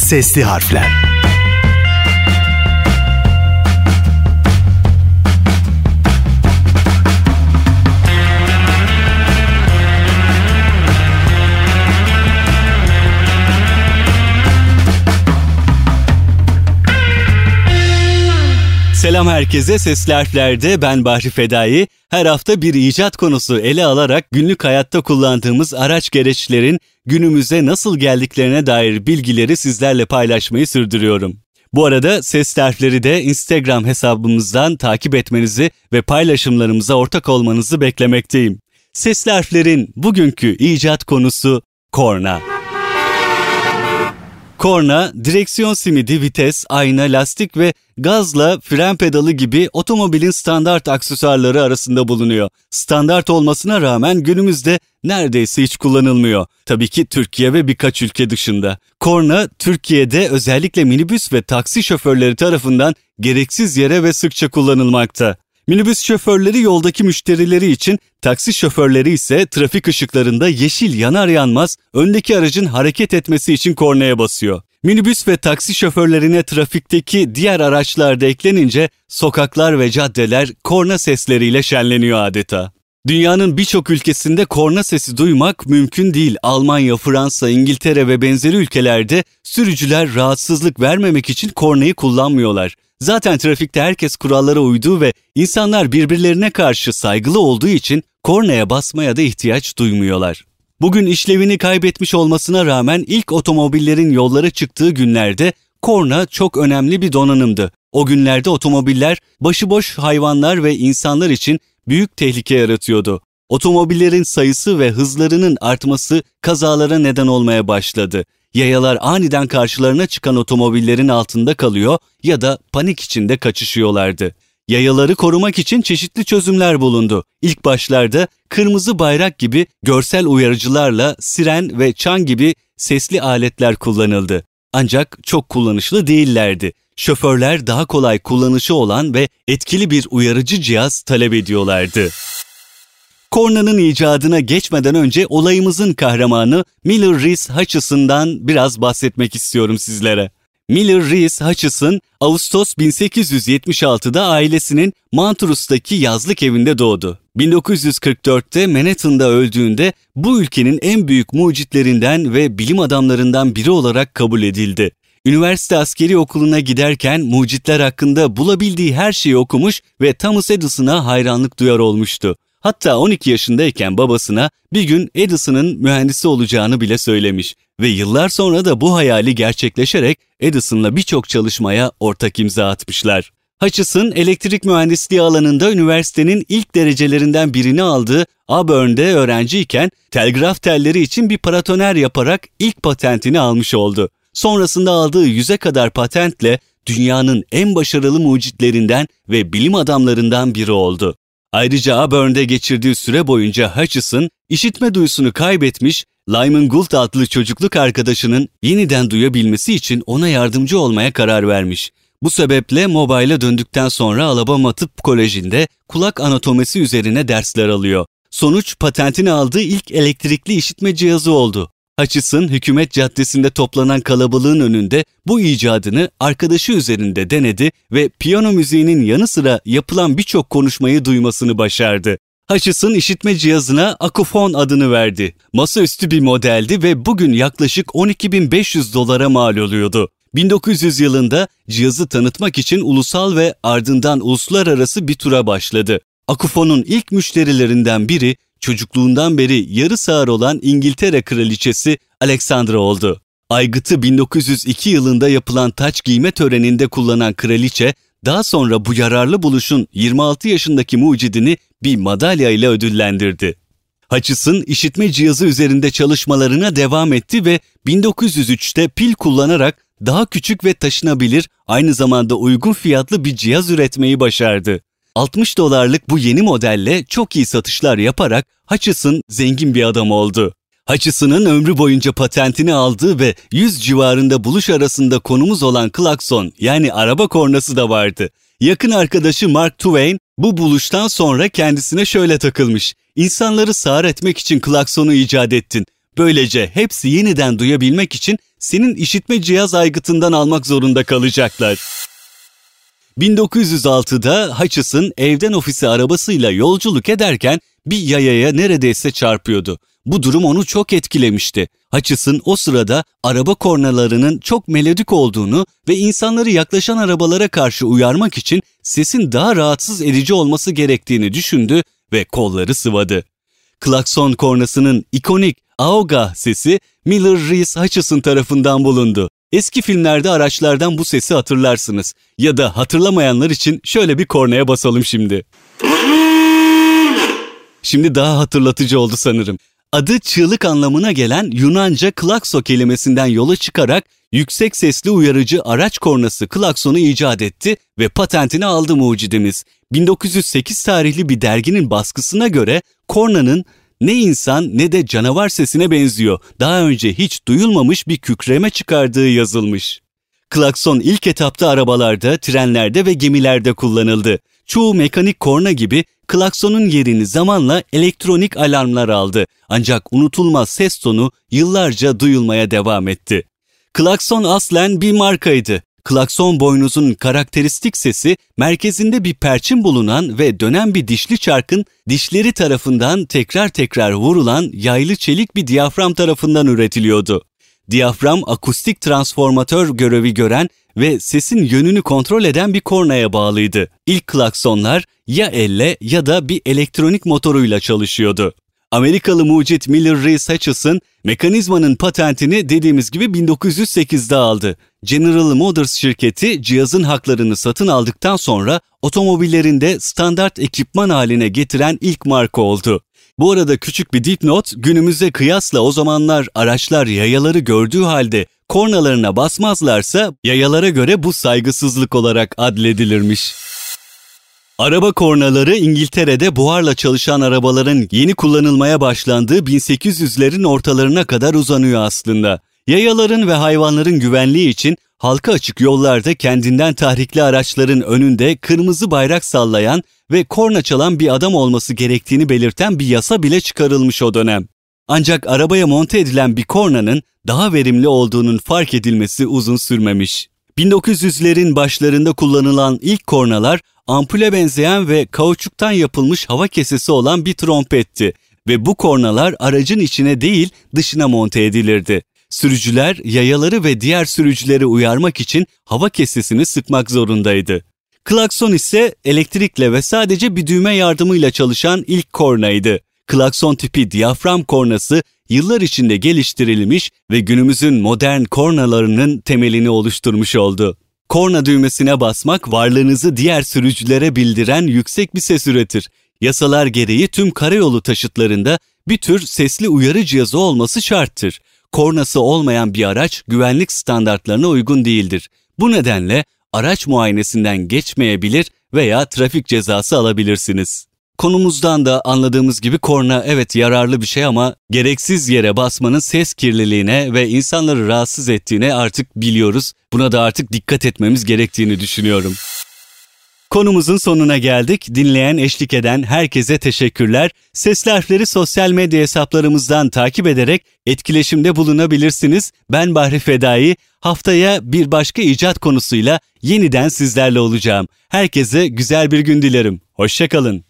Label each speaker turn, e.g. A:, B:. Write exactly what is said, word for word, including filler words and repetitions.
A: Sesli Harfler.
B: Selam herkese, Sesli Harfler'de ben Bahri Fedai. Her hafta bir icat konusu ele alarak günlük hayatta kullandığımız araç gereçlerin günümüze nasıl geldiklerine dair bilgileri sizlerle paylaşmayı sürdürüyorum. Bu arada Sesli Harfleri de Instagram hesabımızdan takip etmenizi ve paylaşımlarımıza ortak olmanızı beklemekteyim. Sesli Harfler'in bugünkü icat konusu korna. Korna, direksiyon simidi, vites, ayna, lastik ve gazla fren pedalı gibi otomobilin standart aksesuarları arasında bulunuyor. Standart olmasına rağmen günümüzde neredeyse hiç kullanılmıyor. Tabii ki Türkiye ve birkaç ülke dışında. Korna, Türkiye'de özellikle minibüs ve taksi şoförleri tarafından gereksiz yere ve sıkça kullanılmakta. Minibüs şoförleri yoldaki müşterileri için, taksi şoförleri ise trafik ışıklarında yeşil yanar yanmaz öndeki aracın hareket etmesi için kornaya basıyor. Minibüs ve taksi şoförlerine trafikteki diğer araçlar da eklenince sokaklar ve caddeler korna sesleriyle şenleniyor adeta. Dünyanın birçok ülkesinde korna sesi duymak mümkün değil. Almanya, Fransa, İngiltere ve benzeri ülkelerde sürücüler rahatsızlık vermemek için kornayı kullanmıyorlar. Zaten trafikte herkes kurallara uyduğu ve insanlar birbirlerine karşı saygılı olduğu için kornaya basmaya da ihtiyaç duymuyorlar. Bugün işlevini kaybetmiş olmasına rağmen ilk otomobillerin yollara çıktığı günlerde korna çok önemli bir donanımdı. O günlerde otomobiller başıboş hayvanlar ve insanlar için büyük tehlike yaratıyordu. Otomobillerin sayısı ve hızlarının artması kazalara neden olmaya başladı. Yayalar aniden karşılarına çıkan otomobillerin altında kalıyor ya da panik içinde kaçışıyorlardı. Yayaları korumak için çeşitli çözümler bulundu. İlk başlarda kırmızı bayrak gibi görsel uyarıcılarla siren ve çan gibi sesli aletler kullanıldı. Ancak çok kullanışlı değillerdi. Şoförler daha kolay kullanışı olan ve etkili bir uyarıcı cihaz talep ediyorlardı. Kornanın icadına geçmeden önce olayımızın kahramanı Miller Reese Hutchison'dan biraz bahsetmek istiyorum sizlere. Miller Reese Hutchison, Ağustos bin sekiz yüz yetmiş altıda ailesinin Montrose'daki yazlık evinde doğdu. bin dokuz yüz kırk dörtte Manhattan'da öldüğünde bu ülkenin en büyük mucitlerinden ve bilim adamlarından biri olarak kabul edildi. Üniversite askeri okuluna giderken mucitler hakkında bulabildiği her şeyi okumuş ve Thomas Edison'a hayranlık duyar olmuştu. Hatta on iki yaşındayken babasına bir gün Edison'ın mühendisi olacağını bile söylemiş ve yıllar sonra da bu hayali gerçekleşerek Edison'la birçok çalışmaya ortak imza atmışlar. Hutchison, elektrik mühendisliği alanında üniversitenin ilk derecelerinden birini aldığı Auburn'de öğrenciyken telgraf telleri için bir paratoner yaparak ilk patentini almış oldu. Sonrasında aldığı yüze kadar patentle dünyanın en başarılı mucitlerinden ve bilim adamlarından biri oldu. Ayrıca Auburn'de geçirdiği süre boyunca Hutchison, işitme duyusunu kaybetmiş, Lyman Gould adlı çocukluk arkadaşının yeniden duyabilmesi için ona yardımcı olmaya karar vermiş. Bu sebeple Mobile'a döndükten sonra Alabama Tıp Koleji'nde kulak anatomisi üzerine dersler alıyor. Sonuç, patentini aldığı ilk elektrikli işitme cihazı oldu. Hutchison, Hükümet Caddesi'nde toplanan kalabalığın önünde bu icadını arkadaşı üzerinde denedi ve piyano müziğinin yanı sıra yapılan birçok konuşmayı duymasını başardı. Hutchison işitme cihazına Akufon adını verdi. Masaüstü bir modeldi ve bugün yaklaşık on iki bin beş yüz dolara mal oluyordu. bin dokuz yüz yılında cihazı tanıtmak için ulusal ve ardından uluslararası bir tura başladı. Akufon'un ilk müşterilerinden biri, çocukluğundan beri yarı sağır olan İngiltere Kraliçesi Alexandra oldu. Aygıt'ı bin dokuz yüz iki yılında yapılan taç giyme töreninde kullanan kraliçe, daha sonra bu yararlı buluşun yirmi altı yaşındaki mucidini bir madalya ile ödüllendirdi. Hutchison, işitme cihazı üzerinde çalışmalarına devam etti ve bin dokuz yüz üçte pil kullanarak daha küçük ve taşınabilir, aynı zamanda uygun fiyatlı bir cihaz üretmeyi başardı. altmış dolarlık bu yeni modelle çok iyi satışlar yaparak Hutchison zengin bir adam oldu. Hutchison'ın ömrü boyunca patentini aldığı ve yüz civarında buluş arasında konumuz olan klakson, yani araba kornası da vardı. Yakın arkadaşı Mark Twain bu buluştan sonra kendisine şöyle takılmış: "İnsanları sağır etmek için klaksonu icat ettin. Böylece hepsi yeniden duyabilmek için senin işitme cihaz aygıtından almak zorunda kalacaklar. bin dokuz yüz altıda Hutchison evden ofise arabasıyla yolculuk ederken bir yayaya neredeyse çarpıyordu. Bu durum onu çok etkilemişti. Hutchison o sırada araba kornalarının çok melodik olduğunu ve insanları yaklaşan arabalara karşı uyarmak için sesin daha rahatsız edici olması gerektiğini düşündü ve kolları sıvadı. Klakson kornasının ikonik "Aoga" sesi Miller Reese Hutchison tarafından bulundu. Eski filmlerde araçlardan bu sesi hatırlarsınız. Ya da hatırlamayanlar için şöyle bir kornaya basalım şimdi. Şimdi daha hatırlatıcı oldu sanırım. Adı çığlık anlamına gelen Yunanca klakso kelimesinden yola çıkarak yüksek sesli uyarıcı araç kornası klaksonu icat etti ve patentini aldı mucidimiz. bin dokuz yüz sekiz tarihli bir derginin baskısına göre kornanın ne insan ne de canavar sesine benziyor, daha önce hiç duyulmamış bir kükreme çıkardığı yazılmış. Klakson ilk etapta arabalarda, trenlerde ve gemilerde kullanıldı. Çoğu mekanik korna gibi klaksonun yerini zamanla elektronik alarmlar aldı. Ancak unutulmaz ses tonu yıllarca duyulmaya devam etti. Klakson aslen bir markaydı. Klakson boynuzun karakteristik sesi merkezinde bir perçin bulunan ve dönen bir dişli çarkın dişleri tarafından tekrar tekrar vurulan yaylı çelik bir diyafram tarafından üretiliyordu. Diyafram akustik transformatör görevi gören ve sesin yönünü kontrol eden bir kornaya bağlıydı. İlk klaksonlar ya elle ya da bir elektronik motoruyla çalışıyordu. Amerikalı mucit Miller Reese Hutchison mekanizmanın patentini dediğimiz gibi bin dokuz yüz sekizde aldı. General Motors şirketi cihazın haklarını satın aldıktan sonra otomobillerinde standart ekipman haline getiren ilk marka oldu. Bu arada küçük bir dipnot, günümüze kıyasla o zamanlar araçlar yayaları gördüğü halde kornalarına basmazlarsa yayalara göre bu saygısızlık olarak adledilirmiş. Araba kornaları İngiltere'de buharla çalışan arabaların yeni kullanılmaya başlandığı bin sekiz yüzlerin ortalarına kadar uzanıyor aslında. Yayaların ve hayvanların güvenliği için halka açık yollarda kendinden tahrikli araçların önünde kırmızı bayrak sallayan ve korna çalan bir adam olması gerektiğini belirten bir yasa bile çıkarılmış o dönem. Ancak arabaya monte edilen bir kornanın daha verimli olduğunun fark edilmesi uzun sürmemiş. bin dokuz yüzlerin başlarında kullanılan ilk kornalar ampule benzeyen ve kauçuktan yapılmış hava kesesi olan bir trompetti ve bu kornalar aracın içine değil dışına monte edilirdi. Sürücüler yayaları ve diğer sürücüleri uyarmak için hava kesesini sıkmak zorundaydı. Klakson ise elektrikle ve sadece bir düğme yardımıyla çalışan ilk kornaydı. Klakson tipi diyafram kornası yıllar içinde geliştirilmiş ve günümüzün modern kornalarının temelini oluşturmuş oldu. Korna düğmesine basmak varlığınızı diğer sürücülere bildiren yüksek bir ses üretir. Yasalar gereği tüm karayolu taşıtlarında bir tür sesli uyarı cihazı olması şarttır. Kornası olmayan bir araç güvenlik standartlarına uygun değildir. Bu nedenle araç muayenesinden geçmeyebilir veya trafik cezası alabilirsiniz. Konumuzdan da anladığımız gibi korna evet yararlı bir şey ama gereksiz yere basmanın ses kirliliğine ve insanları rahatsız ettiğine artık biliyoruz. Buna da artık dikkat etmemiz gerektiğini düşünüyorum. Konumuzun sonuna geldik. Dinleyen, eşlik eden herkese teşekkürler. Sesli Harfleri sosyal medya hesaplarımızdan takip ederek etkileşimde bulunabilirsiniz. Ben Bahri Fedai. Haftaya bir başka icat konusuyla yeniden sizlerle olacağım. Herkese güzel bir gün dilerim. Hoşça kalın.